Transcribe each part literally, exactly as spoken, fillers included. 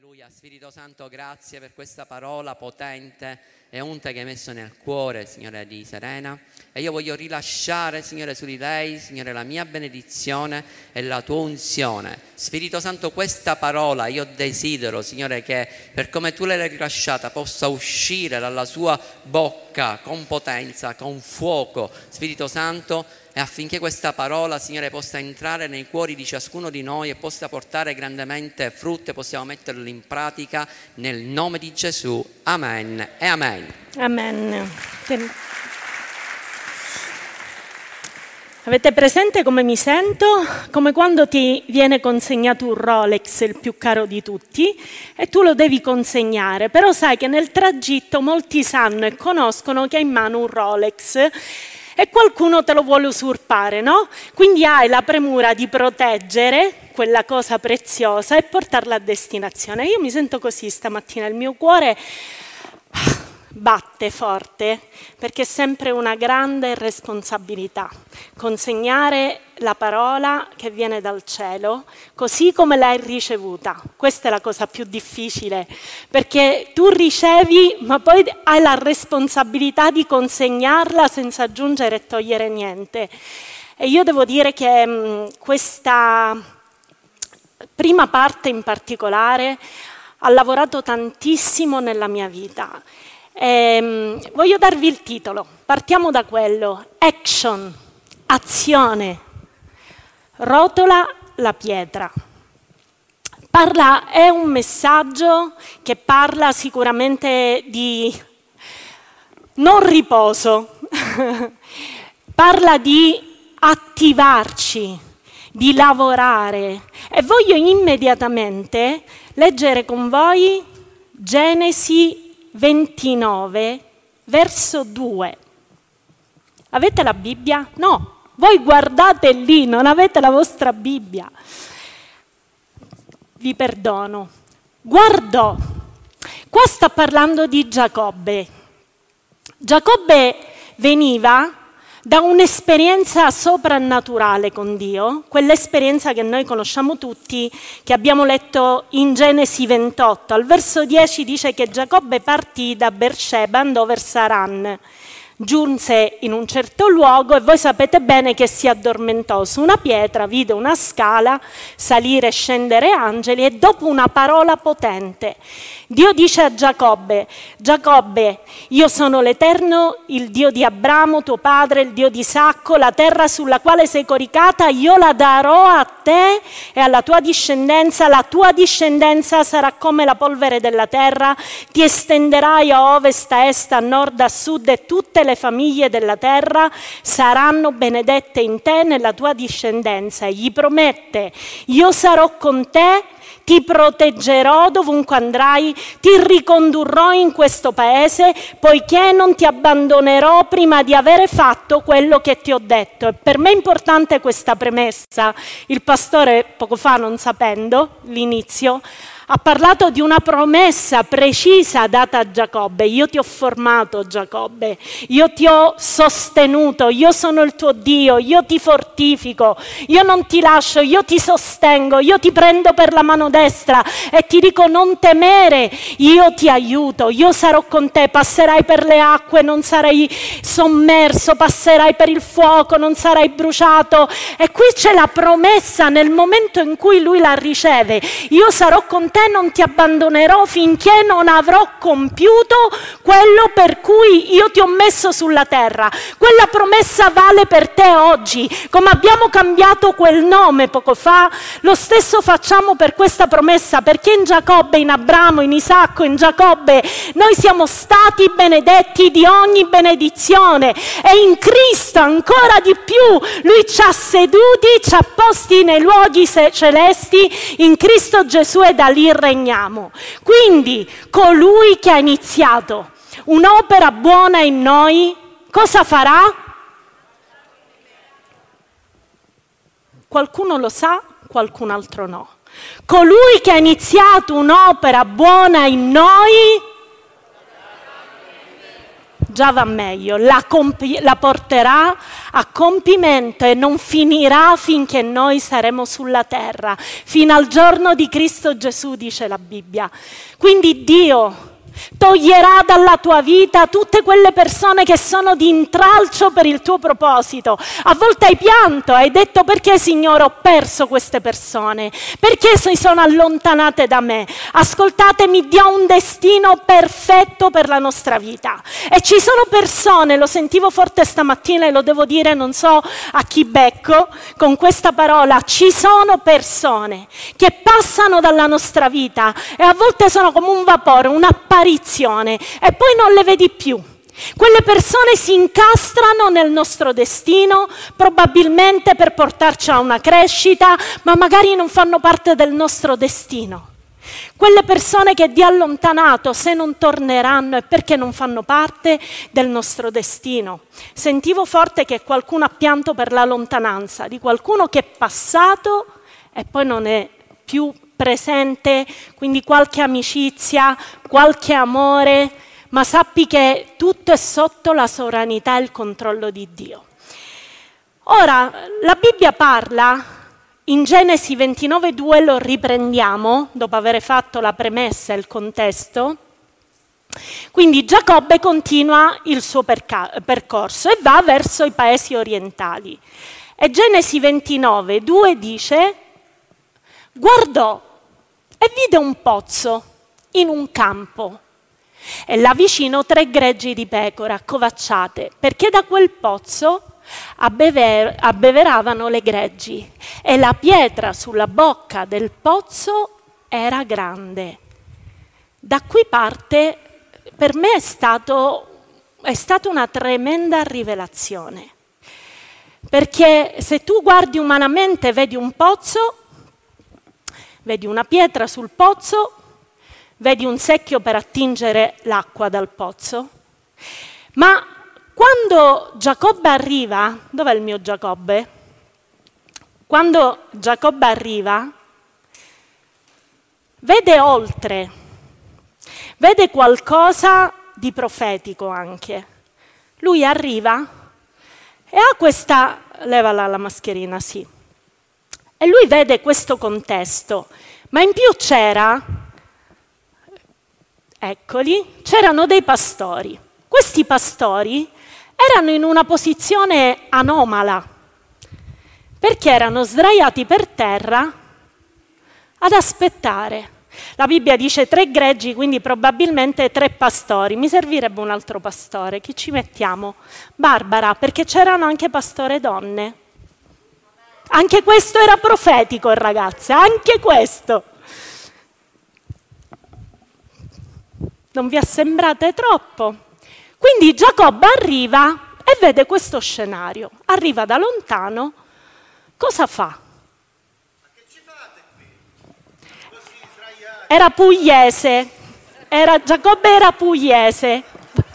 Alleluia, Spirito Santo, grazie per questa parola potente e unta che hai messo nel cuore, Signore, di Serena. E io voglio rilasciare, Signore, su di lei, Signore, la mia benedizione e la tua unzione. Spirito Santo, questa parola io desidero, Signore, che per come tu l'hai rilasciata possa uscire dalla sua bocca con potenza, con fuoco, Spirito Santo, e affinché questa parola, Signore, possa entrare nei cuori di ciascuno di noi e possa portare grandemente frutto e possiamo metterlo in pratica nel nome di Gesù. Amen e amen. Amen. Avete presente come mi sento? Come quando ti viene consegnato un Rolex, il più caro di tutti, e tu lo devi consegnare, però sai che nel tragitto molti sanno e conoscono che hai in mano un Rolex e qualcuno te lo vuole usurpare, no? Quindi hai la premura di proteggere quella cosa preziosa e portarla a destinazione. Io mi sento così stamattina, il mio cuore batte forte perché è sempre una grande responsabilità consegnare la parola che viene dal cielo così come l'hai ricevuta. Questa è la cosa più difficile, perché tu ricevi ma poi hai la responsabilità di consegnarla senza aggiungere e togliere niente. E io devo dire che mh, questa prima parte in particolare ha lavorato tantissimo nella mia vita. E, voglio darvi il titolo, partiamo da quello: action, azione, rotola la pietra. Parla, è un messaggio che parla sicuramente di non riposo, parla di attivarci, di lavorare, e voglio immediatamente leggere con voi Genesi ventinove, verso due. Avete la Bibbia? No, voi guardate lì, non avete la vostra Bibbia. Vi perdono. Guardò. Qua sta parlando di Giacobbe. Giacobbe veniva da un'esperienza soprannaturale con Dio, quell'esperienza che noi conosciamo tutti, che abbiamo letto in Genesi ventotto. Al verso dieci dice che Giacobbe partì da Beersheba, andò verso Aran, giunse in un certo luogo e voi sapete bene che si addormentò su una pietra, vide una scala, salire e scendere angeli, e dopo una parola potente Dio dice a Giacobbe: Giacobbe, io sono l'Eterno, il Dio di Abramo, tuo padre, il Dio di Isacco, la terra sulla quale sei coricata, io la darò a te e alla tua discendenza, la tua discendenza sarà come la polvere della terra, ti estenderai a ovest, a est, a nord, a sud, e tutte le famiglie della terra saranno benedette in te, nella tua discendenza. E gli promette: io sarò con te, ti proteggerò dovunque andrai, ti ricondurrò in questo paese, poiché non ti abbandonerò prima di avere fatto quello che ti ho detto. E per me è importante questa premessa. Il pastore poco fa, non sapendo l'inizio, ha parlato di una promessa precisa data a Giacobbe: io ti ho formato, Giacobbe, io ti ho sostenuto, io sono il tuo Dio, io ti fortifico, io non ti lascio, io ti sostengo, io ti prendo per la mano destra e ti dico non temere, io ti aiuto, io sarò con te, passerai per le acque, non sarai sommerso, passerai per il fuoco, non sarai bruciato. E qui c'è la promessa nel momento in cui lui la riceve: io sarò con te, non ti abbandonerò finché non avrò compiuto quello per cui io ti ho messo sulla terra. Quella promessa vale per te oggi. Come abbiamo cambiato quel nome poco fa, lo stesso facciamo per questa promessa, perché in Giacobbe, in Abramo, in Isacco, in Giacobbe noi siamo stati benedetti di ogni benedizione, e in Cristo ancora di più. Lui ci ha seduti, ci ha posti nei luoghi celesti in Cristo Gesù, e da lì regniamo. Quindi colui che ha iniziato un'opera buona in noi cosa farà? Qualcuno lo sa, qualcun altro no. Colui che ha iniziato un'opera buona in noi già va meglio, la, compi- la porterà a compimento e non finirà finché noi saremo sulla terra, fino al giorno di Cristo Gesù, dice la Bibbia. Quindi Dio toglierà dalla tua vita tutte quelle persone che sono di intralcio per il tuo proposito. A volte hai pianto, hai detto: perché Signore ho perso queste persone? Perché si sono allontanate da me? Ascoltatemi, Dio ha un destino perfetto per la nostra vita. E ci sono persone, lo sentivo forte stamattina e lo devo dire, non so a chi becco con questa parola, ci sono persone che passano dalla nostra vita e a volte sono come un vapore, un'apparizione, e poi non le vedi più. Quelle persone si incastrano nel nostro destino, probabilmente per portarci a una crescita, ma magari non fanno parte del nostro destino. Quelle persone che Dio ha allontanato, se non torneranno è perché non fanno parte del nostro destino. Sentivo forte che qualcuno ha pianto per la lontananza di qualcuno che è passato e poi non è più presente, quindi qualche amicizia, qualche amore, ma sappi che tutto è sotto la sovranità e il controllo di Dio. Ora, la Bibbia parla, in Genesi ventinove due, lo riprendiamo, dopo aver fatto la premessa e il contesto. Quindi Giacobbe continua il suo perca- percorso e va verso i paesi orientali. E Genesi ventinove due dice: guardò e vide un pozzo in un campo e là vicino tre greggi di pecore accovacciate, perché da quel pozzo abbever- abbeveravano le greggi, e la pietra sulla bocca del pozzo era grande. Da qui parte, per me è stato, è stata una tremenda rivelazione, perché se tu guardi umanamente vedi un pozzo, vedi una pietra sul pozzo, vedi un secchio per attingere l'acqua dal pozzo, ma quando Giacobbe arriva, dov'è il mio Giacobbe? Quando Giacobbe arriva, vede oltre, vede qualcosa di profetico anche. Lui arriva e ha questa, levala la mascherina, sì, e lui vede questo contesto, ma in più c'era, eccoli, c'erano dei pastori. Questi pastori erano in una posizione anomala, perché erano sdraiati per terra ad aspettare. La Bibbia dice tre greggi, quindi probabilmente tre pastori. Mi servirebbe un altro pastore, chi ci mettiamo? Barbara, perché c'erano anche pastore donne. Anche questo era profetico, ragazze, anche questo. Non vi assembrate troppo? Quindi Giacobbe arriva e vede questo scenario. Arriva da lontano, cosa fa? Ma che ci fate qui? Così sdraiati. Era pugliese, era, Giacobbe era pugliese.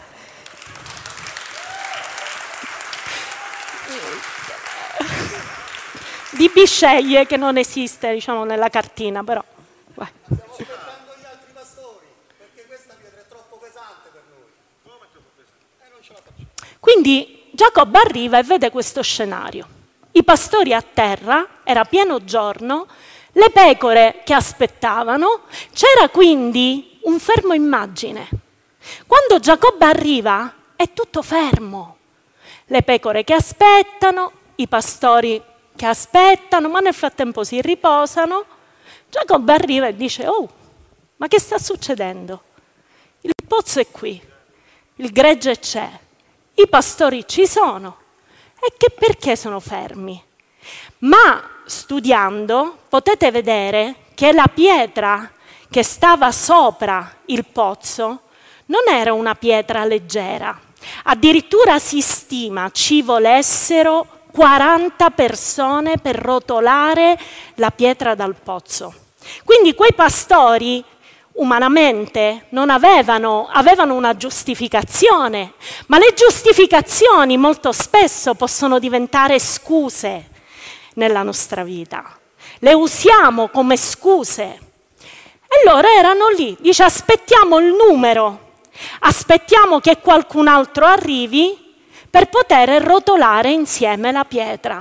Di Bisceglie, che non esiste, diciamo, nella cartina, però. Vai. Stiamo aspettando gli altri pastori, perché questa pietra è troppo pesante per noi. Come è troppo pesante? Eh, non ce la facciamo. Quindi Giacobbe arriva e vede questo scenario. I pastori a terra, era pieno giorno, le pecore che aspettavano, c'era quindi un fermo immagine. Quando Giacobbe arriva è tutto fermo. Le pecore che aspettano, i pastori che aspettano, ma nel frattempo si riposano. Giacobbe arriva e dice: oh, ma che sta succedendo? Il pozzo è qui, il gregge c'è, i pastori ci sono, e che perché sono fermi? Ma studiando potete vedere che la pietra che stava sopra il pozzo non era una pietra leggera, addirittura si stima ci volessero quaranta persone per rotolare la pietra dal pozzo. Quindi quei pastori umanamente non avevano, avevano una giustificazione, ma le giustificazioni molto spesso possono diventare scuse nella nostra vita. Le usiamo come scuse. E loro erano lì, dice: aspettiamo il numero, Aspettiamo che qualcun altro arrivi per poter rotolare insieme la pietra.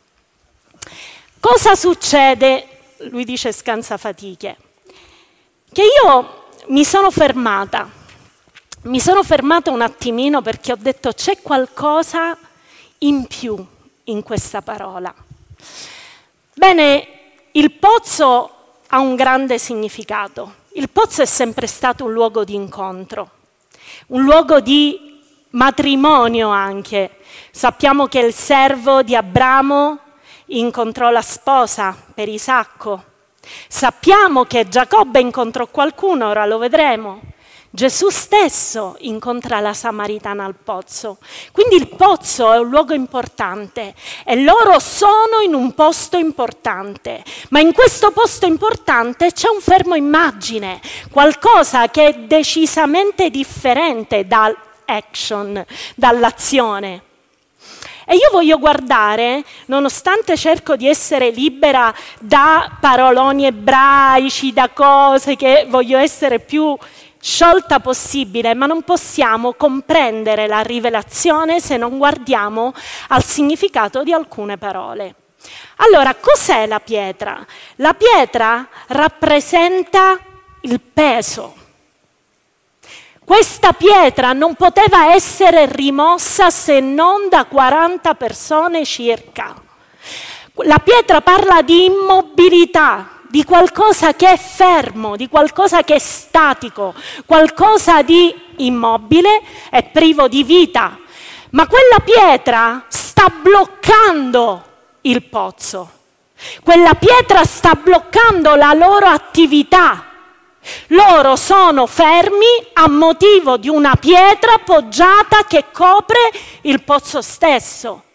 Cosa succede? Lui dice scansafatiche. Che io mi sono fermata, mi sono fermata un attimino perché ho detto c'è qualcosa in più in questa parola. Bene, il pozzo ha un grande significato. Il pozzo è sempre stato un luogo di incontro, un luogo di matrimonio anche. Sappiamo che il servo di Abramo incontrò la sposa per Isacco. Sappiamo che Giacobbe incontrò qualcuno, ora lo vedremo. Gesù stesso incontra la Samaritana al pozzo. Quindi il pozzo è un luogo importante e loro sono in un posto importante. Ma in questo posto importante c'è un fermo immagine, qualcosa che è decisamente differente dall'action, dall'azione. E io voglio guardare, nonostante cerco di essere libera da paroloni ebraici, da cose che voglio essere più sciolta possibile, ma non possiamo comprendere la rivelazione se non guardiamo al significato di alcune parole. Allora, cos'è la pietra? La pietra rappresenta il peso. Questa pietra non poteva essere rimossa se non da quaranta persone circa. La pietra parla di immobilità, di qualcosa che è fermo, di qualcosa che è statico, qualcosa di immobile e privo di vita. Ma quella pietra sta bloccando il pozzo. Quella pietra sta bloccando la loro attività. Loro sono fermi a motivo di una pietra poggiata che copre il pozzo stesso.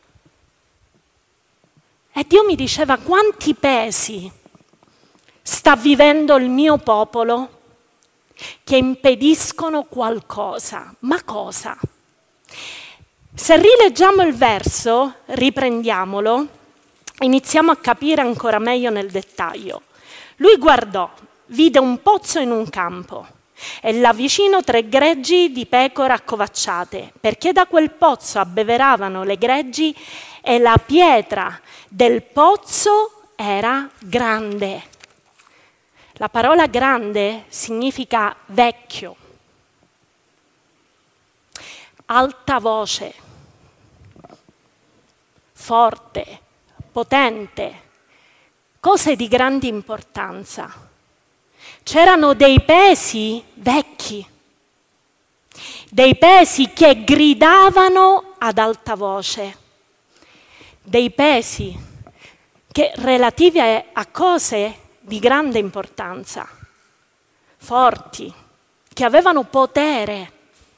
E Dio mi diceva: quanti pesi sta vivendo il mio popolo che impediscono qualcosa. Ma cosa? Se rileggiamo il verso, riprendiamolo, iniziamo a capire ancora meglio nel dettaglio. Lui guardò, vide un pozzo in un campo e là vicino tre greggi di pecore accovacciate, perché da quel pozzo abbeveravano le greggi e la pietra del pozzo era grande. La parola grande significa vecchio, alta voce, forte, potente, cose di grande importanza. C'erano dei pesi vecchi, dei pesi che gridavano ad alta voce, dei pesi che relativi a, a cose di grande importanza, forti, che avevano potere.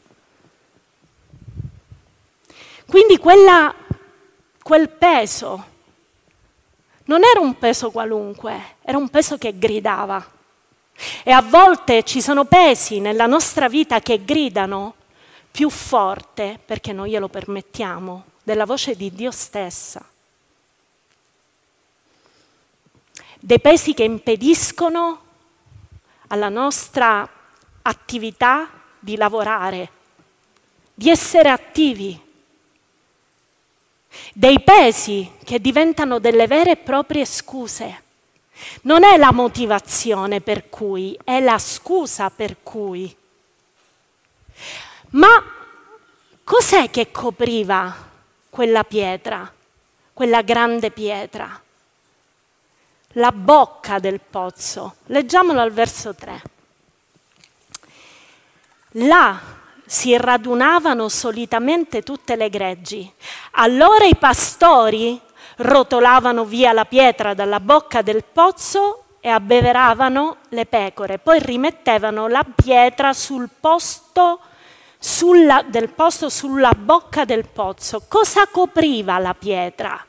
Quindi quella, quel peso non era un peso qualunque, era un peso che gridava. E a volte ci sono pesi nella nostra vita che gridano più forte, perché noi glielo permettiamo, della voce di Dio stessa. Dei pesi che impediscono alla nostra attività di lavorare, di essere attivi. Dei pesi che diventano delle vere e proprie scuse. Non è la motivazione per cui, è la scusa per cui. Ma cos'è che copriva quella pietra, quella grande pietra? La bocca del pozzo. Leggiamolo al verso tre. Là si radunavano solitamente tutte le greggi. Allora i pastori rotolavano via la pietra dalla bocca del pozzo e abbeveravano le pecore. Poi rimettevano la pietra sul posto sulla, del posto sulla bocca del pozzo. Cosa copriva la pietra?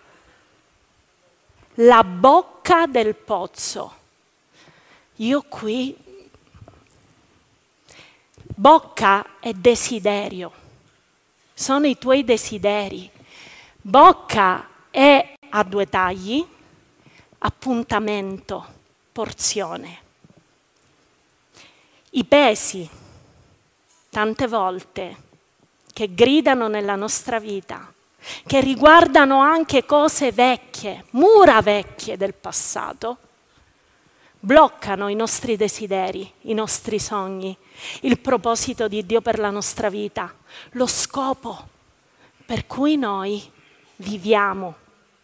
La bocca del pozzo. Io qui, bocca è desiderio, sono i tuoi desideri. Bocca è a due tagli, appuntamento, porzione. I pesi tante volte, che gridano nella nostra vita, che riguardano anche cose vecchie, mura vecchie del passato, bloccano i nostri desideri, i nostri sogni, il proposito di Dio per la nostra vita, lo scopo per cui noi viviamo.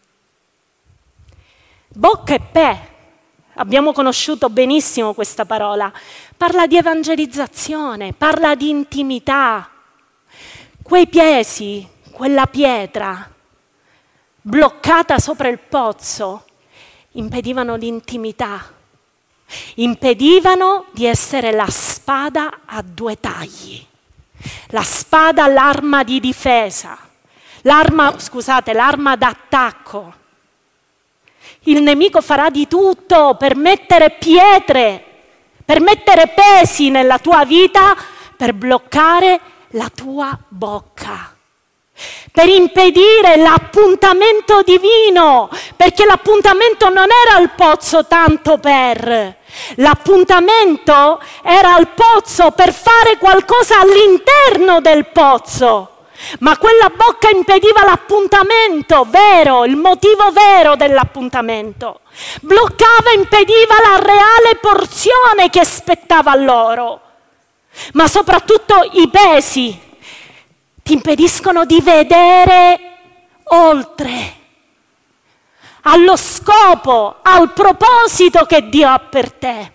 Bocca e pe, abbiamo conosciuto benissimo questa parola, parla di evangelizzazione, parla di intimità. Quei piesi, quella pietra bloccata sopra il pozzo, impedivano l'intimità, impedivano di essere la spada a due tagli, la spada, l'arma di difesa, l'arma, scusate, l'arma d'attacco. Il nemico farà di tutto per mettere pietre, per mettere pesi nella tua vita, per bloccare la tua bocca, per impedire l'appuntamento divino, perché l'appuntamento non era al pozzo tanto per, l'appuntamento era al pozzo per fare qualcosa all'interno del pozzo. Ma quella bocca impediva l'appuntamento vero, il motivo vero dell'appuntamento. Bloccava, impediva la reale porzione che spettava a loro. Ma soprattutto i pesi ti impediscono di vedere oltre, allo scopo, al proposito che Dio ha per te.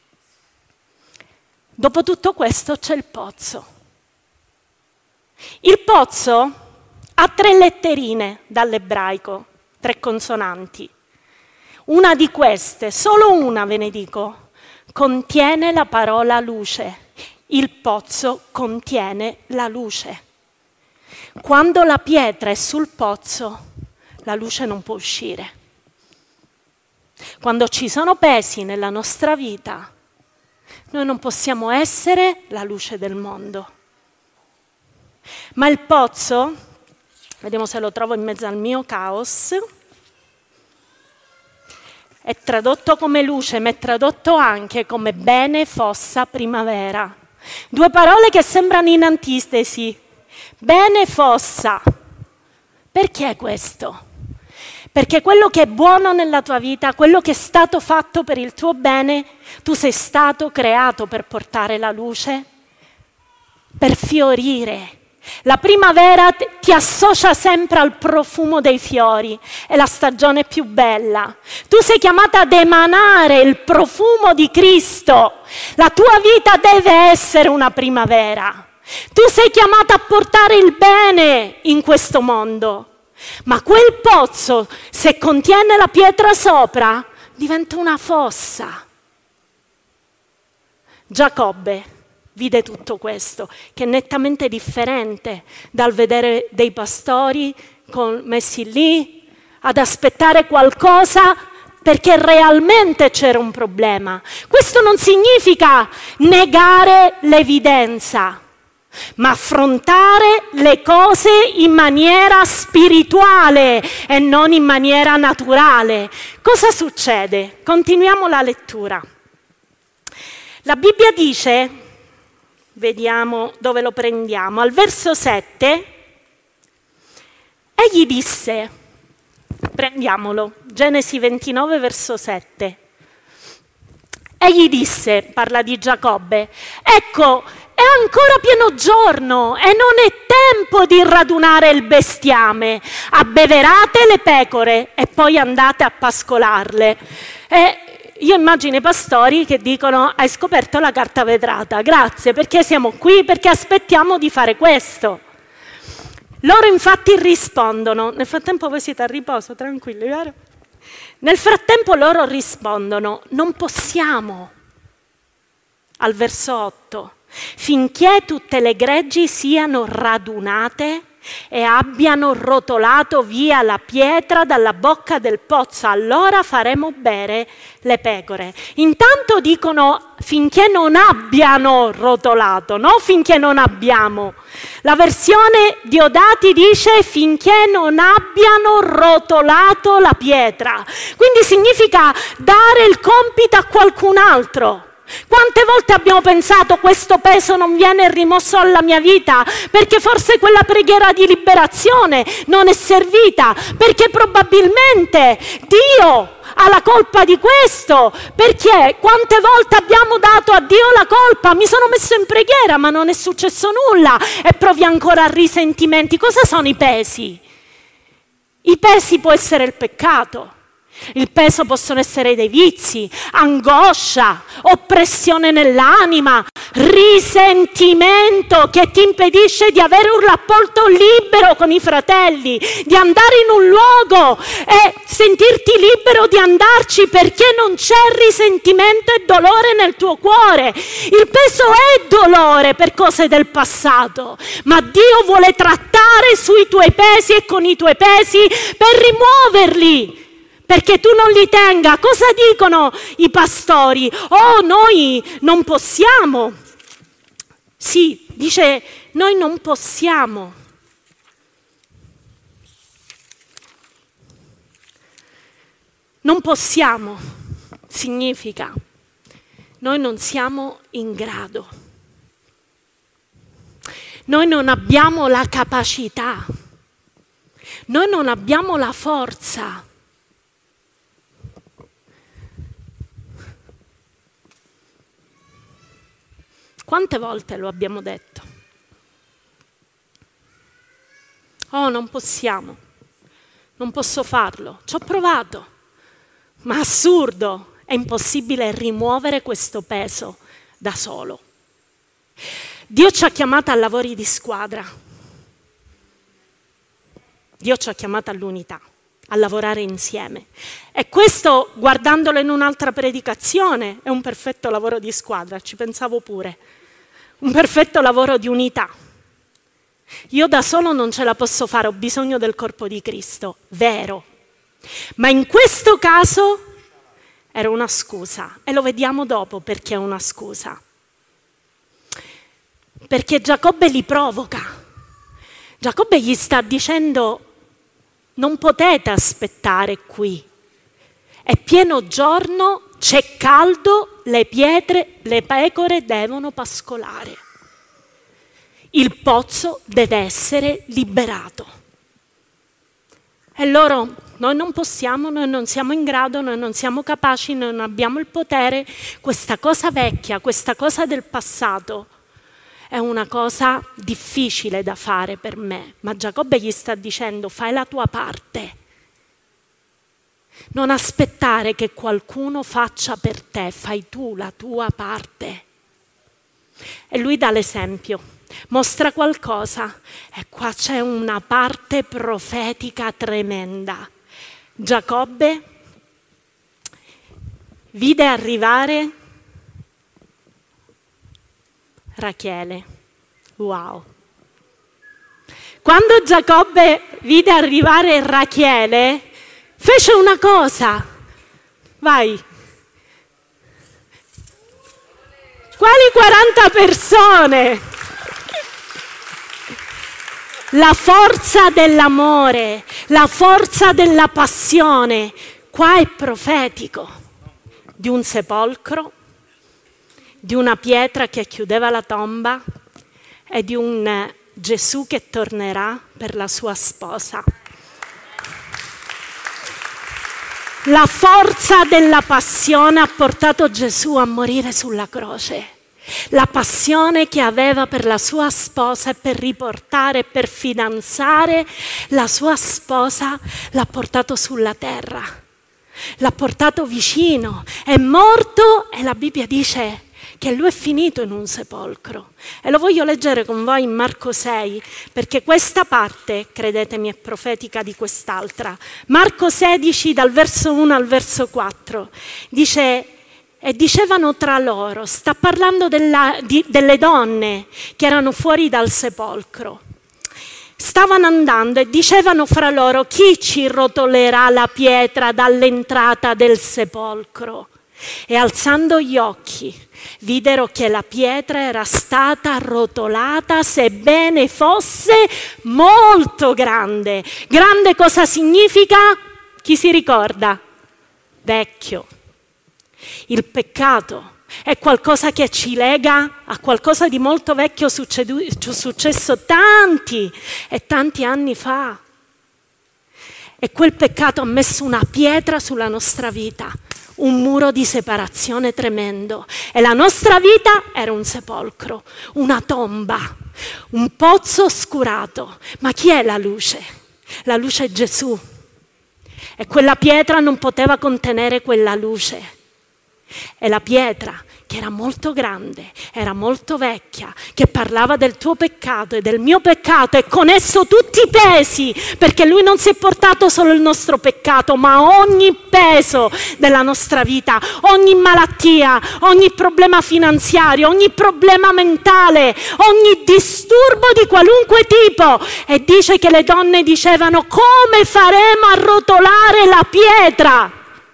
Dopo tutto questo c'è il pozzo. Il pozzo ha tre letterine dall'ebraico, tre consonanti. Una di queste, solo una ve ne dico, contiene la parola luce. Il pozzo contiene la luce. Quando la pietra è sul pozzo, la luce non può uscire. Quando ci sono pesi nella nostra vita, noi non possiamo essere la luce del mondo. Ma il pozzo, vediamo se lo trovo in mezzo al mio caos, è tradotto come luce, ma è tradotto anche come bene, fossa, primavera. Due parole che sembrano in antitesi. Bene, fossa. Perché questo? Perché quello che è buono nella tua vita, quello che è stato fatto per il tuo bene, tu sei stato creato per portare la luce, per fiorire. La primavera ti associa sempre al profumo dei fiori, è la stagione più bella. Tu sei chiamata ad emanare il profumo di Cristo. La tua vita deve essere una primavera. Tu sei chiamata a portare il bene in questo mondo. Ma quel pozzo, se contiene la pietra sopra, diventa una fossa. Giacobbe vide tutto questo, che è nettamente differente dal vedere dei pastori con, messi lì ad aspettare qualcosa perché realmente c'era un problema. Questo non significa negare l'evidenza, ma affrontare le cose in maniera spirituale e non in maniera naturale. Cosa succede? Continuiamo la lettura. La Bibbia dice, vediamo dove lo prendiamo, al verso sette, egli disse, prendiamolo, Genesi ventinove, verso sette. Egli disse, parla di Giacobbe, ecco, è ancora pieno giorno e non è tempo di radunare il bestiame. Abbeverate le pecore e poi andate a pascolarle. E io immagino i pastori che dicono, hai scoperto la carta vetrata, grazie, perché siamo qui, perché aspettiamo di fare questo. Loro infatti rispondono, nel frattempo voi siete a riposo, tranquilli, vero? Nel frattempo loro rispondono, non possiamo, al verso otto, finché tutte le greggi siano radunate e abbiano rotolato via la pietra dalla bocca del pozzo, allora faremo bere le pecore. Intanto dicono finché non abbiano rotolato, no? Finché non abbiamo. La versione Diodati dice finché non abbiano rotolato la pietra. Quindi significa dare il compito a qualcun altro. Quante volte abbiamo pensato questo peso non viene rimosso dalla mia vita perché forse quella preghiera di liberazione non è servita, perché probabilmente Dio ha la colpa di questo, perché quante volte abbiamo dato a Dio la colpa, mi sono messo in preghiera ma non è successo nulla e provi ancora a risentimenti. Cosa sono i pesi? I pesi può essere il peccato. Il peso possono essere dei vizi, angoscia, oppressione nell'anima, risentimento che ti impedisce di avere un rapporto libero con i fratelli, di andare in un luogo e sentirti libero di andarci perché non c'è risentimento e dolore nel tuo cuore. Il peso è dolore per cose del passato, ma Dio vuole trattare sui tuoi pesi e con i tuoi pesi per rimuoverli. Perché tu non li tenga. Cosa dicono i pastori? Oh, noi non possiamo. Sì, dice, noi non possiamo. Non possiamo significa noi non siamo in grado. Noi non abbiamo la capacità. Noi non abbiamo la forza. Quante volte lo abbiamo detto? Oh, non possiamo, non posso farlo, ci ho provato, ma assurdo, è impossibile rimuovere questo peso da solo. Dio ci ha chiamato a lavori di squadra, Dio ci ha chiamato all'unità, a lavorare insieme. E questo, guardandolo in un'altra predicazione, è un perfetto lavoro di squadra, ci pensavo pure. Un perfetto lavoro di unità. Io da solo non ce la posso fare, ho bisogno del corpo di Cristo, vero. Ma in questo caso era una scusa e lo vediamo dopo perché è una scusa. Perché Giacobbe li provoca. Giacobbe gli sta dicendo: non potete aspettare qui. È pieno giorno, c'è caldo, le pietre, le pecore devono pascolare. Il pozzo deve essere liberato. E loro, noi non possiamo, noi non siamo in grado, noi non siamo capaci, noi non abbiamo il potere. Questa cosa vecchia, questa cosa del passato è una cosa difficile da fare per me. Ma Giacobbe gli sta dicendo: fai la tua parte. Non aspettare che qualcuno faccia per te, fai tu la tua parte. E lui dà l'esempio, mostra qualcosa e qua c'è una parte profetica tremenda. Giacobbe vide arrivare Rachele. Wow! Quando Giacobbe vide arrivare Rachele, fece una cosa. Vai. Quali quaranta persone? La forza dell'amore, la forza della passione. Qua è profetico. Di un sepolcro, di una pietra che chiudeva la tomba e di un Gesù che tornerà per la sua sposa. La forza della passione ha portato Gesù a morire sulla croce. La passione che aveva per la sua sposa e per riportare, per fidanzare la sua sposa, l'ha portato sulla terra. L'ha portato vicino, è morto e la Bibbia dice che lui è finito in un sepolcro. E lo voglio leggere con voi in Marco sei, perché questa parte, credetemi, è profetica di quest'altra. Marco sedici, dal verso uno al verso quattro, dice: e dicevano tra loro, sta parlando della, di, delle donne che erano fuori dal sepolcro. Stavano andando e dicevano fra loro: chi ci rotolerà la pietra dall'entrata del sepolcro? E alzando gli occhi videro che la pietra era stata rotolata, sebbene fosse molto grande. Grande cosa significa? Chi si ricorda? Vecchio. Il peccato è qualcosa che ci lega a qualcosa di molto vecchio succedu- successo tanti e tanti anni fa. E quel peccato ha messo una pietra sulla nostra vita, un muro di separazione tremendo. E la nostra vita era un sepolcro, una tomba, un pozzo oscurato. Ma chi è la luce? La luce è Gesù. E quella pietra non poteva contenere quella luce. E la pietra, che era molto grande, era molto vecchia, che parlava del tuo peccato e del mio peccato e con esso tutti i pesi, perché lui non si è portato solo il nostro peccato, ma ogni peso della nostra vita, ogni malattia, ogni problema finanziario, ogni problema mentale, ogni disturbo di qualunque tipo. E dice che le donne dicevano: come faremo a rotolare la pietra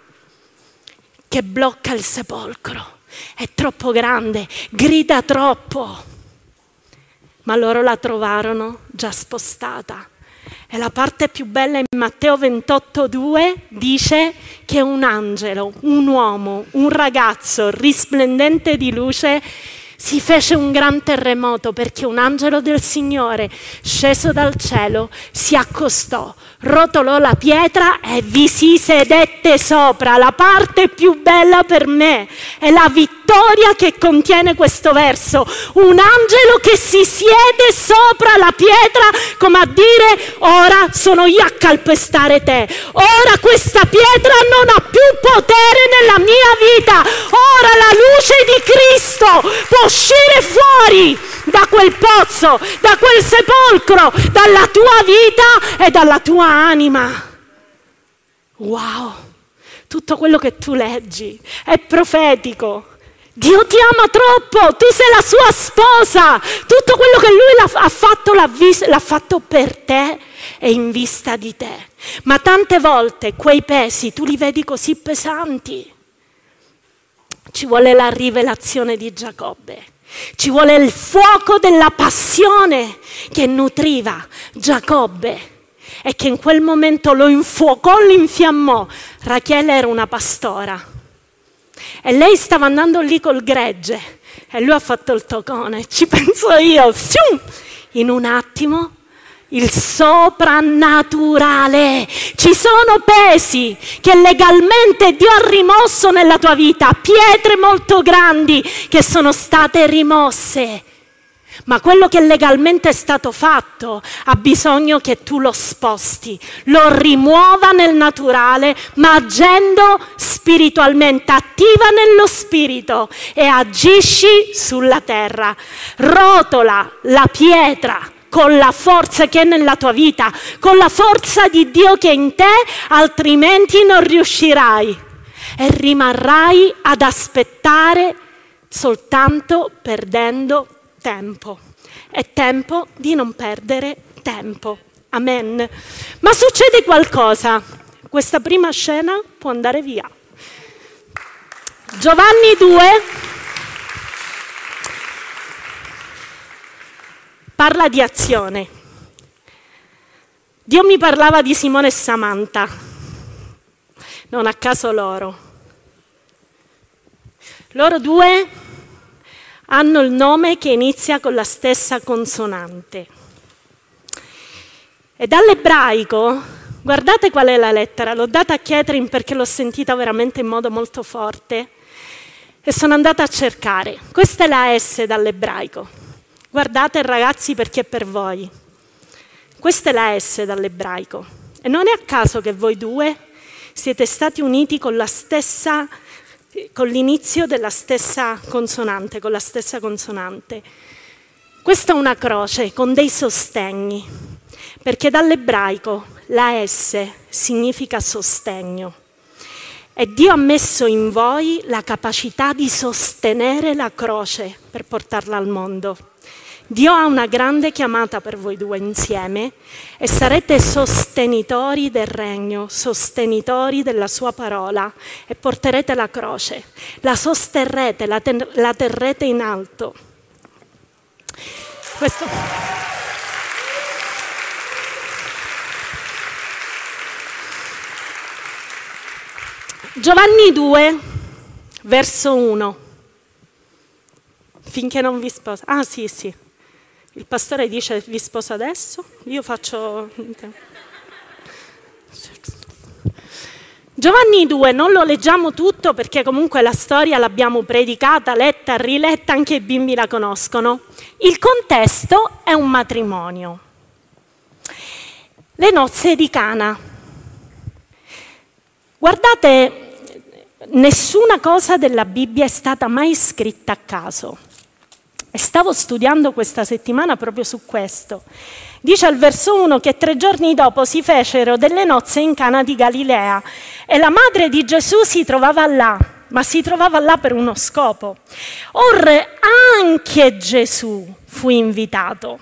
che blocca il sepolcro? È troppo grande, grida troppo. Ma loro la trovarono già spostata. E la parte più bella in Matteo ventotto due dice che un angelo, un uomo, un ragazzo risplendente di luce, si fece un gran terremoto perché un angelo del Signore, sceso dal cielo, si accostò, rotolò la pietra e vi si sedette sopra. La parte più bella per me è la vittoria che contiene questo verso. Un angelo che si siede sopra la pietra, come a dire: ora sono io a calpestare te, ora questa pietra non ha più potere nella mia vita, ora la luce di Cristo può uscire fuori da quel pozzo, da quel sepolcro, dalla tua vita e dalla tua anima. Wow, tutto quello che tu leggi è profetico. Dio ti ama troppo, tu sei la sua sposa, tutto quello che lui ha fatto l'ha, vis- l'ha fatto per te e in vista di te. Ma tante volte quei pesi tu li vedi così pesanti. Ci vuole la rivelazione di Giacobbe. Ci vuole il fuoco della passione che nutriva Giacobbe e che in quel momento lo infuocò, lo infiammò. Rachele era una pastora e lei stava andando lì col gregge e lui ha fatto il tocone. Ci penso io, in un attimo il soprannaturale. Ci sono pesi che legalmente Dio ha rimosso nella tua vita, pietre molto grandi che sono state rimosse. Ma quello che legalmente è stato fatto ha bisogno che tu lo sposti, lo rimuova nel naturale, ma agendo spiritualmente, attiva nello spirito e agisci sulla terra. Rotola la pietra con la forza che è nella tua vita, con la forza di Dio che è in te, altrimenti non riuscirai e rimarrai ad aspettare soltanto perdendo tempo. È tempo di non perdere tempo. Amen. Ma succede qualcosa. Questa prima scena può andare via. Giovanni due parla di azione. Dio mi parlava di Simone e Samantha, non a caso loro. Loro due hanno il nome che inizia con la stessa consonante. E dall'ebraico, guardate qual è la lettera, l'ho data a Catherine perché l'ho sentita veramente in modo molto forte e sono andata a cercare. Questa è la S dall'ebraico. Guardate ragazzi perché è per voi. Questa è la S dall'ebraico. E non è a caso che voi due siete stati uniti con la stessa, con l'inizio della stessa consonante, con la stessa consonante. Questa è una croce con dei sostegni, perché dall'ebraico la S significa sostegno. E Dio ha messo in voi la capacità di sostenere la croce per portarla al mondo. Dio ha una grande chiamata per voi due insieme e sarete sostenitori del regno, sostenitori della sua parola e porterete la croce, la sosterrete, la, ten- la terrete in alto. Questo... Giovanni due, verso uno. finché non vi sposa. Ah sì, sì. Il pastore dice vi sposo adesso, io faccio... Giovanni due, non lo leggiamo tutto perché comunque la storia l'abbiamo predicata, letta, riletta, anche i bimbi la conoscono. Il contesto è un matrimonio. Le nozze di Cana. Guardate, nessuna cosa della Bibbia è stata mai scritta a caso. E stavo studiando questa settimana proprio su questo. Dice al verso uno che tre giorni dopo si fecero delle nozze in Cana di Galilea e la madre di Gesù si trovava là, ma si trovava là per uno scopo. Or anche Gesù fu invitato.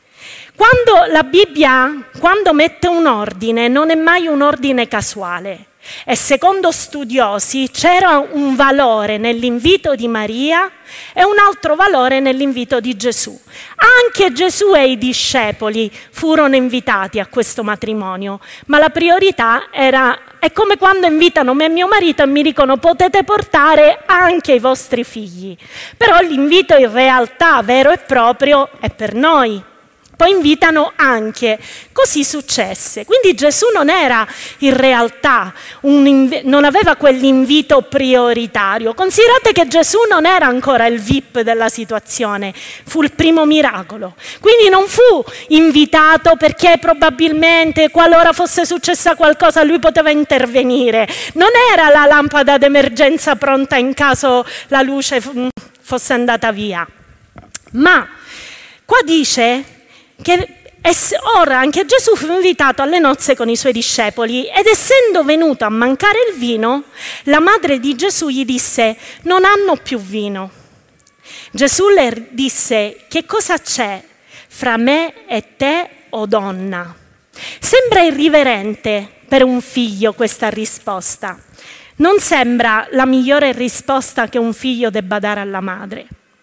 Quando la Bibbia, quando mette un ordine, non è mai un ordine casuale. E secondo studiosi c'era un valore nell'invito di Maria e un altro valore nell'invito di Gesù. Anche Gesù e i discepoli furono invitati a questo matrimonio, ma la priorità era, è come quando invitano me e mio marito e mi dicono potete portare anche i vostri figli, però l'invito in realtà vero e proprio è per noi. Poi invitano anche, così successe. Quindi Gesù non era in realtà, un inv- non aveva quell'invito prioritario. Considerate che Gesù non era ancora il V I P della situazione, fu il primo miracolo. Quindi non fu invitato perché probabilmente qualora fosse successa qualcosa lui poteva intervenire. Non era la lampada d'emergenza pronta in caso la luce f- fosse andata via. Ma qua dice... che ora anche Gesù fu invitato alle nozze con i suoi discepoli ed essendo venuto a mancare il vino, la madre di Gesù gli disse non hanno più vino. Gesù le disse che cosa c'è fra me e te, o donna? Sembra irriverente per un figlio questa risposta. Non sembra la migliore risposta che un figlio debba dare alla madre,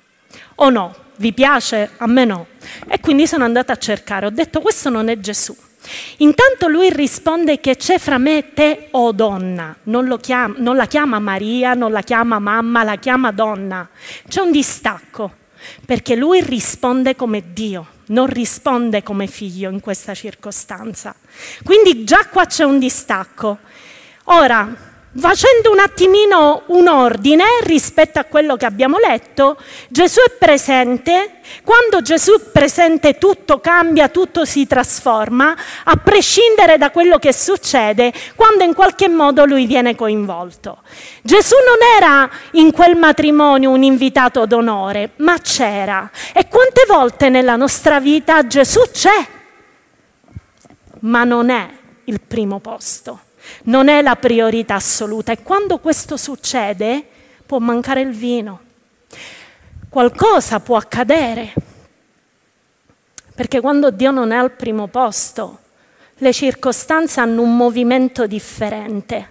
o no? Vi piace? A me no. E quindi sono andata a cercare, ho detto questo non è Gesù. Intanto lui risponde che c'è fra me e te, o donna. Non, lo chiama, non la chiama Maria, non la chiama mamma, la chiama donna. C'è un distacco, perché lui risponde come Dio, non risponde come figlio in questa circostanza. Quindi già qua c'è un distacco. Ora, facendo un attimino un ordine rispetto a quello che abbiamo letto, Gesù è presente. Quando Gesù è presente tutto cambia, tutto si trasforma, a prescindere da quello che succede, quando in qualche modo lui viene coinvolto. Gesù non era in quel matrimonio un invitato d'onore, ma c'era. E quante volte nella nostra vita Gesù c'è, ma non è il primo posto. Non è la priorità assoluta e quando questo succede può mancare il vino, qualcosa può accadere, perché quando Dio non è al primo posto le circostanze hanno un movimento differente.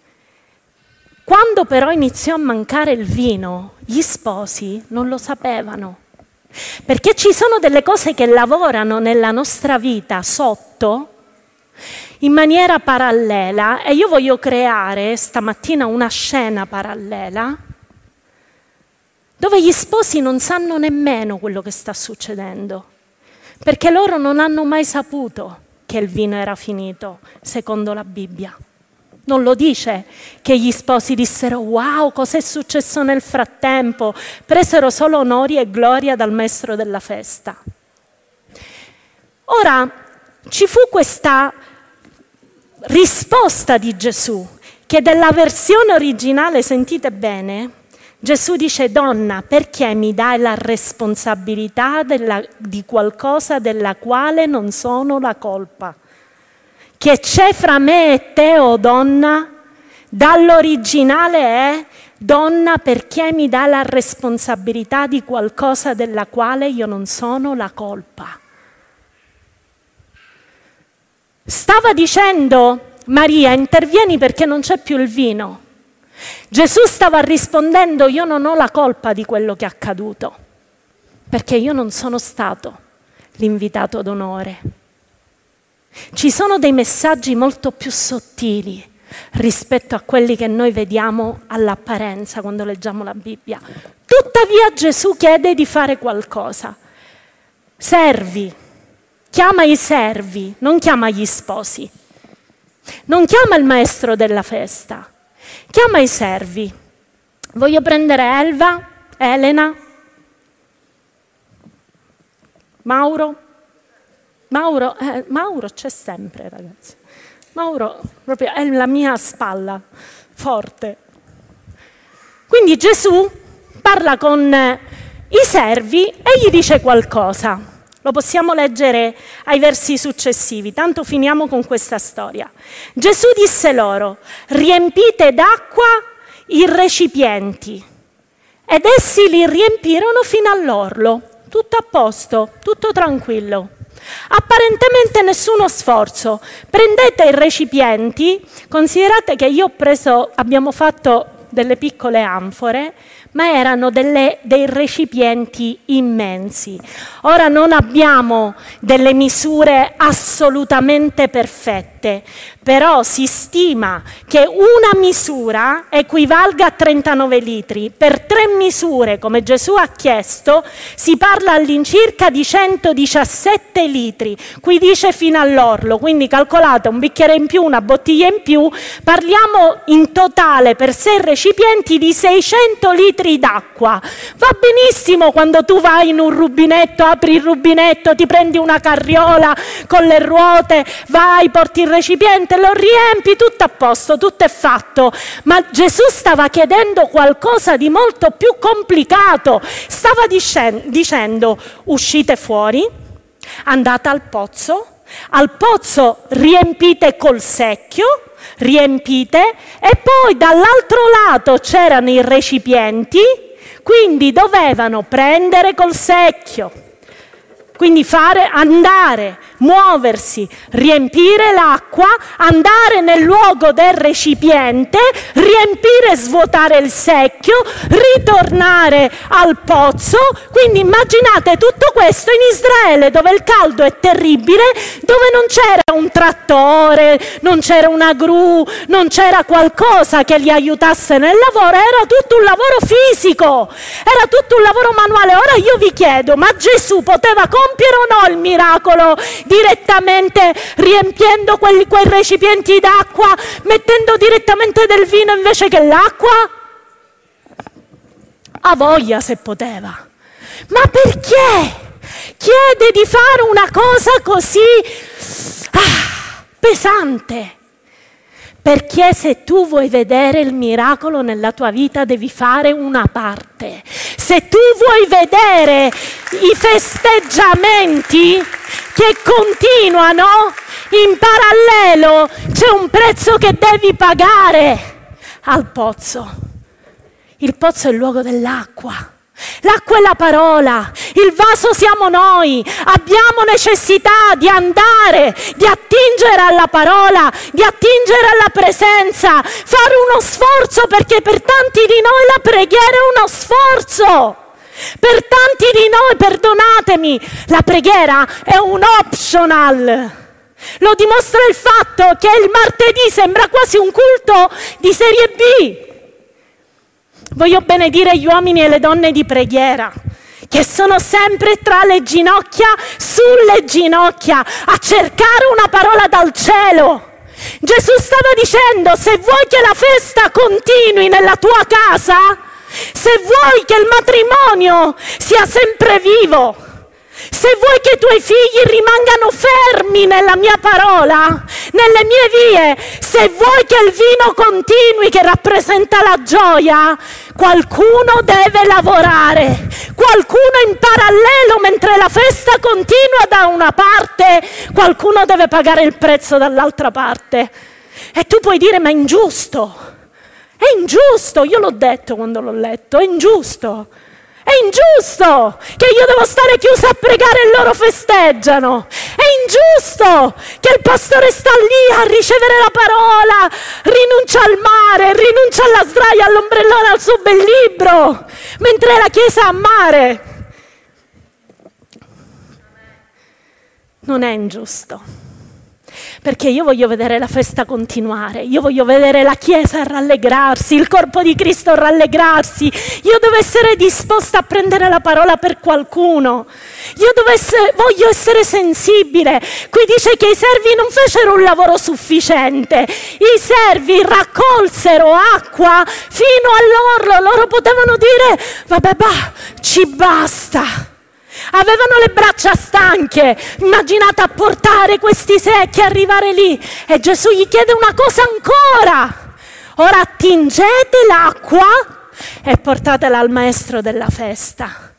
Quando però iniziò a mancare il vino, gli sposi non lo sapevano, perché ci sono delle cose che lavorano nella nostra vita sotto in maniera parallela, e io voglio creare stamattina una scena parallela dove gli sposi non sanno nemmeno quello che sta succedendo, perché loro non hanno mai saputo che il vino era finito, secondo la Bibbia. Non lo dice che gli sposi dissero wow, cos'è successo nel frattempo, presero solo onori e gloria dal maestro della festa. Ora, ci fu questa risposta di Gesù, che della versione originale, sentite bene, Gesù dice donna, perché mi dai la responsabilità della, di qualcosa della quale non sono la colpa? Che c'è fra me e te, o donna? Dall'originale è donna, perché mi dai la responsabilità di qualcosa della quale io non sono la colpa? Stava dicendo Maria, intervieni perché non c'è più il vino. Gesù stava rispondendo, io non ho la colpa di quello che è accaduto, perché io non sono stato l'invitato d'onore. Ci sono dei messaggi molto più sottili rispetto a quelli che noi vediamo all'apparenza quando leggiamo la Bibbia. Tuttavia Gesù chiede di fare qualcosa. Servi, chiama i servi, non chiama gli sposi. Non chiama il maestro della festa, chiama i servi. Voglio prendere Elva, Elena, Mauro. Mauro, eh, Mauro c'è sempre, ragazzi. Mauro proprio è la mia spalla, forte. Quindi Gesù parla con eh, i servi e gli dice qualcosa. Lo possiamo leggere ai versi successivi, tanto finiamo con questa storia. Gesù disse loro: riempite d'acqua i recipienti. Ed essi li riempirono fino all'orlo. Tutto a posto, tutto tranquillo. Apparentemente nessuno sforzo. Prendete i recipienti, considerate che io ho preso, abbiamo fatto delle piccole anfore, ma erano delle, dei recipienti immensi. Ora non abbiamo delle misure assolutamente perfette, però si stima che una misura equivalga a trentanove litri. Per tre misure, come Gesù ha chiesto, si parla all'incirca di centodiciassette litri. Qui dice fino all'orlo, quindi calcolate un bicchiere in più, una bottiglia in più, parliamo in totale per sei recipienti di seicento litri d'acqua. Va benissimo quando tu vai in un rubinetto, apri il rubinetto, ti prendi una carriola con le ruote, vai, porti il recipiente, lo riempi, tutto a posto, tutto è fatto. Ma Gesù stava chiedendo qualcosa di molto più complicato. Stava dicendo: uscite fuori, andate al pozzo, al pozzo riempite col secchio, riempite, e poi dall'altro lato c'erano i recipienti, quindi dovevano prendere col secchio, quindi fare, andare, muoversi, riempire l'acqua, andare nel luogo del recipiente, riempire e svuotare il secchio, ritornare al pozzo. Quindi immaginate tutto questo in Israele, dove il caldo è terribile, dove non c'era un trattore, non c'era una gru, non c'era qualcosa che li aiutasse nel lavoro, era tutto un lavoro fisico, era tutto un lavoro manuale. Ora io vi chiedo, ma Gesù poteva compiere o no il miracolo direttamente riempiendo quelli, quei recipienti d'acqua, mettendo direttamente del vino invece che l'acqua? A voglia se poteva. Ma perché chiede di fare una cosa così ah, pesante? Perché se tu vuoi vedere il miracolo nella tua vita devi fare una parte. Se tu vuoi vedere i festeggiamenti che continuano, in parallelo c'è un prezzo che devi pagare al pozzo. Il pozzo è il luogo dell'acqua. L'acqua è la parola, il vaso siamo noi. Abbiamo necessità di andare, di attingere alla parola, di attingere alla presenza, fare uno sforzo, perché per tanti di noi la preghiera è uno sforzo. Per tanti di noi, perdonatemi, la preghiera è un optional. Lo dimostra il fatto che il martedì sembra quasi un culto di serie B. Voglio benedire gli uomini e le donne di preghiera, che sono sempre tra le ginocchia, sulle ginocchia, a cercare una parola dal cielo. Gesù stava dicendo: se vuoi che la festa continui nella tua casa, se vuoi che il matrimonio sia sempre vivo, se vuoi che i tuoi figli rimangano fermi nella mia parola, nelle mie vie, se vuoi che il vino continui, che rappresenta la gioia, qualcuno deve lavorare, qualcuno in parallelo, mentre la festa continua da una parte, qualcuno deve pagare il prezzo dall'altra parte. E tu puoi dire: ma è ingiusto, è ingiusto, io l'ho detto quando l'ho letto, è ingiusto. È ingiusto che io devo stare chiusa a pregare e loro festeggiano. È ingiusto che il pastore sta lì a ricevere la parola, rinuncia al mare, rinuncia alla sdraia, all'ombrellone, al suo bel libro, mentre la chiesa è a mare. Non è ingiusto. Perché io voglio vedere la festa continuare, io voglio vedere la Chiesa rallegrarsi, il corpo di Cristo rallegrarsi. Io devo essere disposta a prendere la parola per qualcuno. Io devo essere, voglio essere sensibile. Qui dice che i servi non fecero un lavoro sufficiente. I servi raccolsero acqua fino all'orlo. Loro potevano dire, vabbè, bah, ci basta. Avevano le braccia stanche, immaginate a portare questi secchi, arrivare lì. E Gesù gli chiede una cosa ancora. Ora attingete l'acqua e portatela al maestro della festa.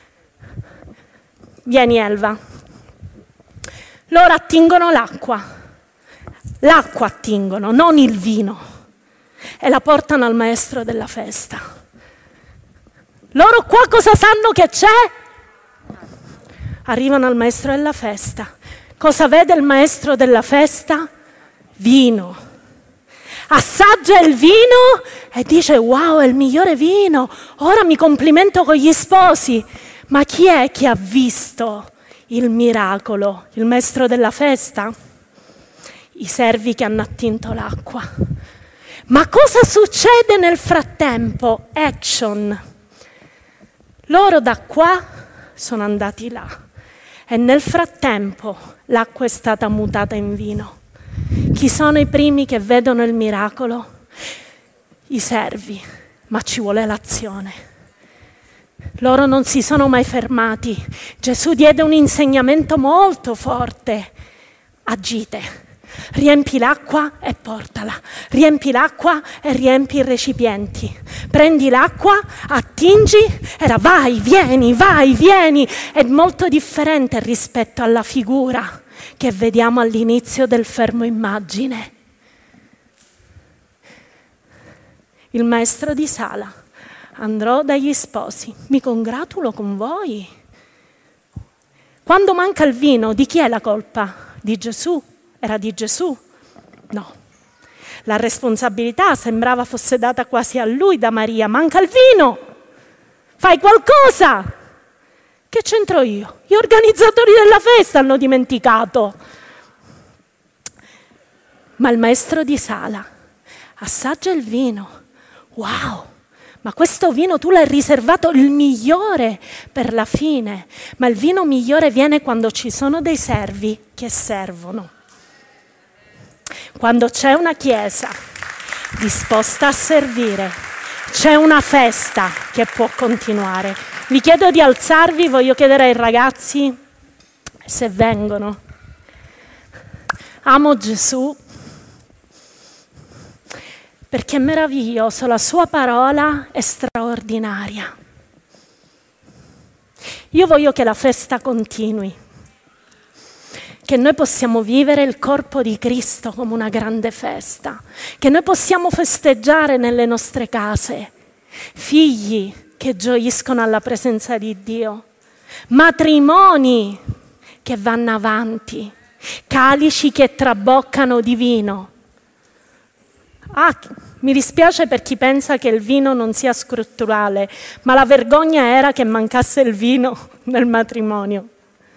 Vieni Elva. Loro attingono l'acqua. L'acqua attingono, non il vino. E la portano al maestro della festa. Loro qua cosa sanno che c'è? Arrivano al maestro della festa. Cosa vede il maestro della festa? Vino. Assaggia il vino e dice, wow, è il migliore vino. Ora mi complimento con gli sposi. Ma chi è che ha visto il miracolo? Il maestro della festa? I servi che hanno attinto l'acqua. Ma cosa succede nel frattempo? Action. Loro da qua sono andati là. E nel frattempo l'acqua è stata mutata in vino. Chi sono i primi che vedono il miracolo? I servi, ma ci vuole l'azione. Loro non si sono mai fermati. Gesù diede un insegnamento molto forte. Agite. Riempi l'acqua e portala, riempi l'acqua e riempi i recipienti. Prendi l'acqua, attingi, era vai, vieni, vai, vieni. È molto differente rispetto alla figura che vediamo all'inizio del fermo immagine. Il maestro di sala andrò dagli sposi. Mi congratulo con voi. Quando manca il vino, di chi è la colpa? Di Gesù? Era di Gesù? No. La responsabilità sembrava fosse data quasi a lui da Maria. Manca il vino! Fai qualcosa! Che c'entro io? Gli organizzatori della festa hanno dimenticato. Ma il maestro di sala assaggia il vino. Wow! Ma questo vino tu l'hai riservato il migliore per la fine. Ma il vino migliore viene quando ci sono dei servi che servono. Quando c'è una chiesa disposta a servire, c'è una festa che può continuare. Vi chiedo di alzarvi, voglio chiedere ai ragazzi se vengono. Amo Gesù perché è meraviglioso, la sua parola è straordinaria. Io voglio che la festa continui. Che noi possiamo vivere il corpo di Cristo come una grande festa, che noi possiamo festeggiare nelle nostre case, figli che gioiscono alla presenza di Dio, matrimoni che vanno avanti, calici che traboccano di vino. Ah, mi dispiace per chi pensa che il vino non sia strutturale, ma la vergogna era che mancasse il vino nel matrimonio.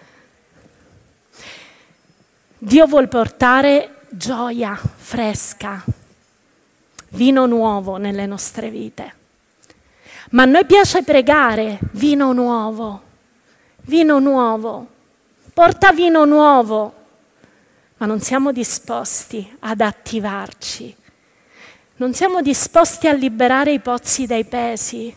Dio vuol portare gioia fresca, vino nuovo nelle nostre vite. Ma a noi piace pregare, vino nuovo, vino nuovo, porta vino nuovo, ma non siamo disposti ad attivarci, non siamo disposti a liberare i pozzi dai pesi.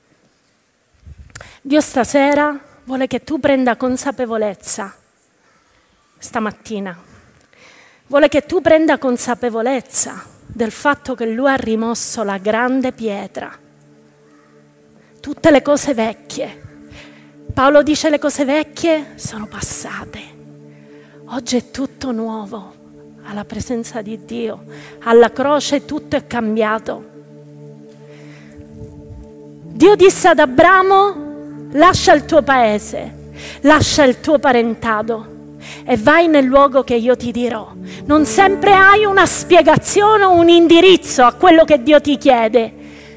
Dio stasera vuole che tu prenda consapevolezza. Stamattina vuole che tu prenda consapevolezza del fatto che Lui ha rimosso la grande pietra, tutte le cose vecchie. Paolo dice le cose vecchie sono passate, oggi è tutto nuovo alla presenza di Dio, alla croce tutto è cambiato. Dio disse ad Abramo: lascia il tuo paese, lascia il tuo parentado e vai nel luogo che io ti dirò. Non sempre hai una spiegazione o un indirizzo a quello che Dio ti chiede.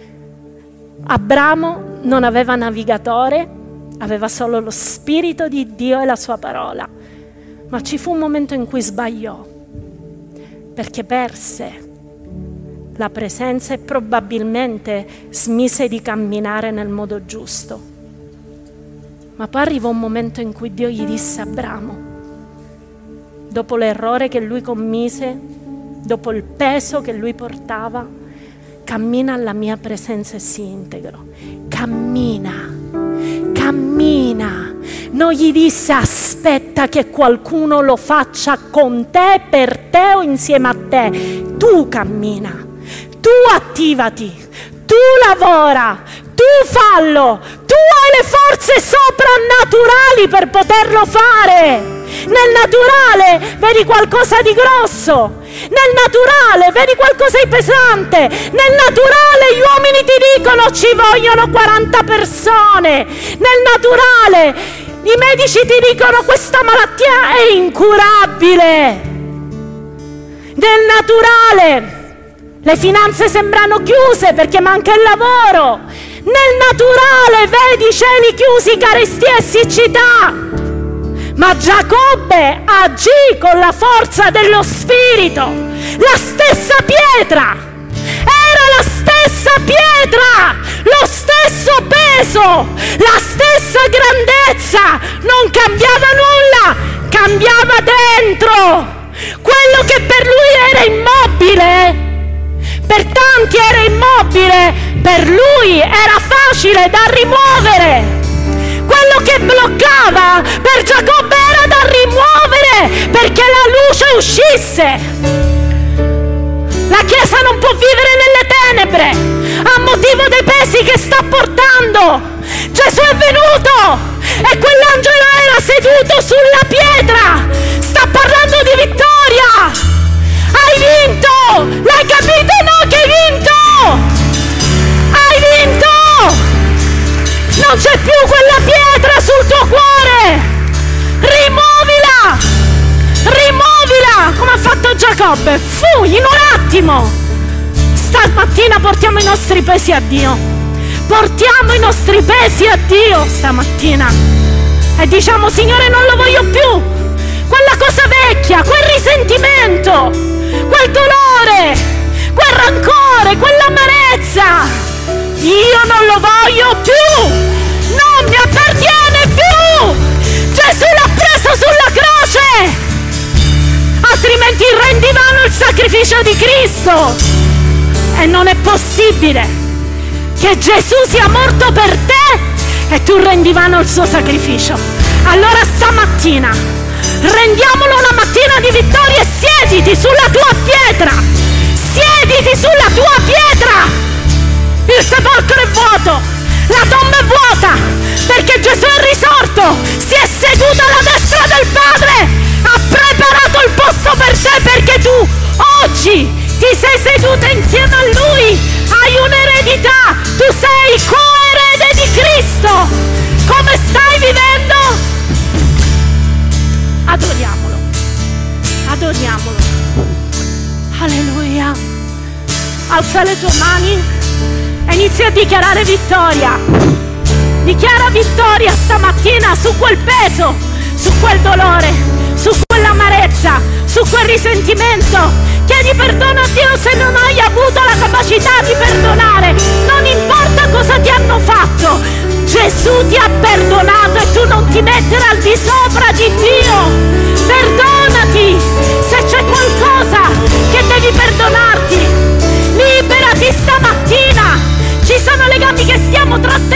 Abramo non aveva navigatore, aveva solo lo Spirito di Dio e la sua parola. Ma ci fu un momento in cui sbagliò. perché perse la presenza e probabilmente smise di camminare nel modo giusto. Ma poi arrivò un momento in cui Dio gli disse: Abramo, dopo l'errore che lui commise, dopo il peso che lui portava, cammina alla mia presenza e sii integro. Cammina, cammina. Non gli disse: aspetta che qualcuno lo faccia con te, per te o insieme a te. Tu cammina, tu attivati, tu lavora, tu fallo, tu hai le forze soprannaturali per poterlo fare. Nel naturale vedi qualcosa di grosso, nel naturale vedi qualcosa di pesante, nel naturale gli uomini ti dicono ci vogliono quaranta persone, nel naturale i medici ti dicono questa malattia è incurabile, nel naturale le finanze sembrano chiuse perché manca il lavoro, nel naturale vedi cieli chiusi, carestie e siccità. Ma Giacobbe agì con la forza dello Spirito. La stessa pietra, era la stessa pietra, lo stesso peso, la stessa grandezza. Non cambiava nulla, cambiava dentro. Quello che per lui era immobile, per tanti era immobile, per lui era facile da rimuovere. Quello che bloccava per Giacobbe era da rimuovere perché la luce uscisse. La Chiesa non può vivere nelle tenebre a motivo dei pesi che sta portando. Gesù è venuto e quell'angelo era seduto sulla pietra. Sta parlando di vittoria. Hai vinto! L'hai capito? No, che hai vinto! Hai vinto! Non c'è più quella pietra sul tuo cuore. Rimuovila, rimuovila come ha fatto Giacobbe. Fu in un attimo. Stamattina portiamo i nostri pesi a Dio. Portiamo i nostri pesi a Dio stamattina e diciamo: Signore, non lo voglio più. Quella cosa vecchia, quel risentimento, quel dolore, quel rancore, quell'amarezza, io non lo voglio più, non mi appartiene più. Gesù l'ha preso sulla croce, altrimenti rendi vano il sacrificio di Cristo. E non è possibile che Gesù sia morto per te e tu rendi vano il suo sacrificio. Allora stamattina rendiamolo una mattina di vittoria e siediti sulla tua pietra, siediti sulla tua pietra. Il sepolcro è vuoto, la tomba è vuota, perché Gesù è risorto, si è seduto alla destra del Padre, ha preparato il posto per te, perché tu oggi ti sei seduta insieme a Lui, hai un'eredità, tu sei coerede di Cristo. Come stai vivendo? Adoriamolo, adoriamolo. Alleluia. Alza le tue mani e inizia a dichiarare vittoria. Dichiara vittoria stamattina su quel peso, su quel dolore, su quell'amarezza, su quel risentimento. Chiedi perdono a Dio se non hai avuto la capacità di perdonare. Non importa cosa ti hanno fatto, Gesù ti ha perdonato e tu non ti mettere al di sopra di Dio. Perdonati se c'è qualcosa che devi perdonarti. Liberati stamattina. Ci sono legami che stiamo trattando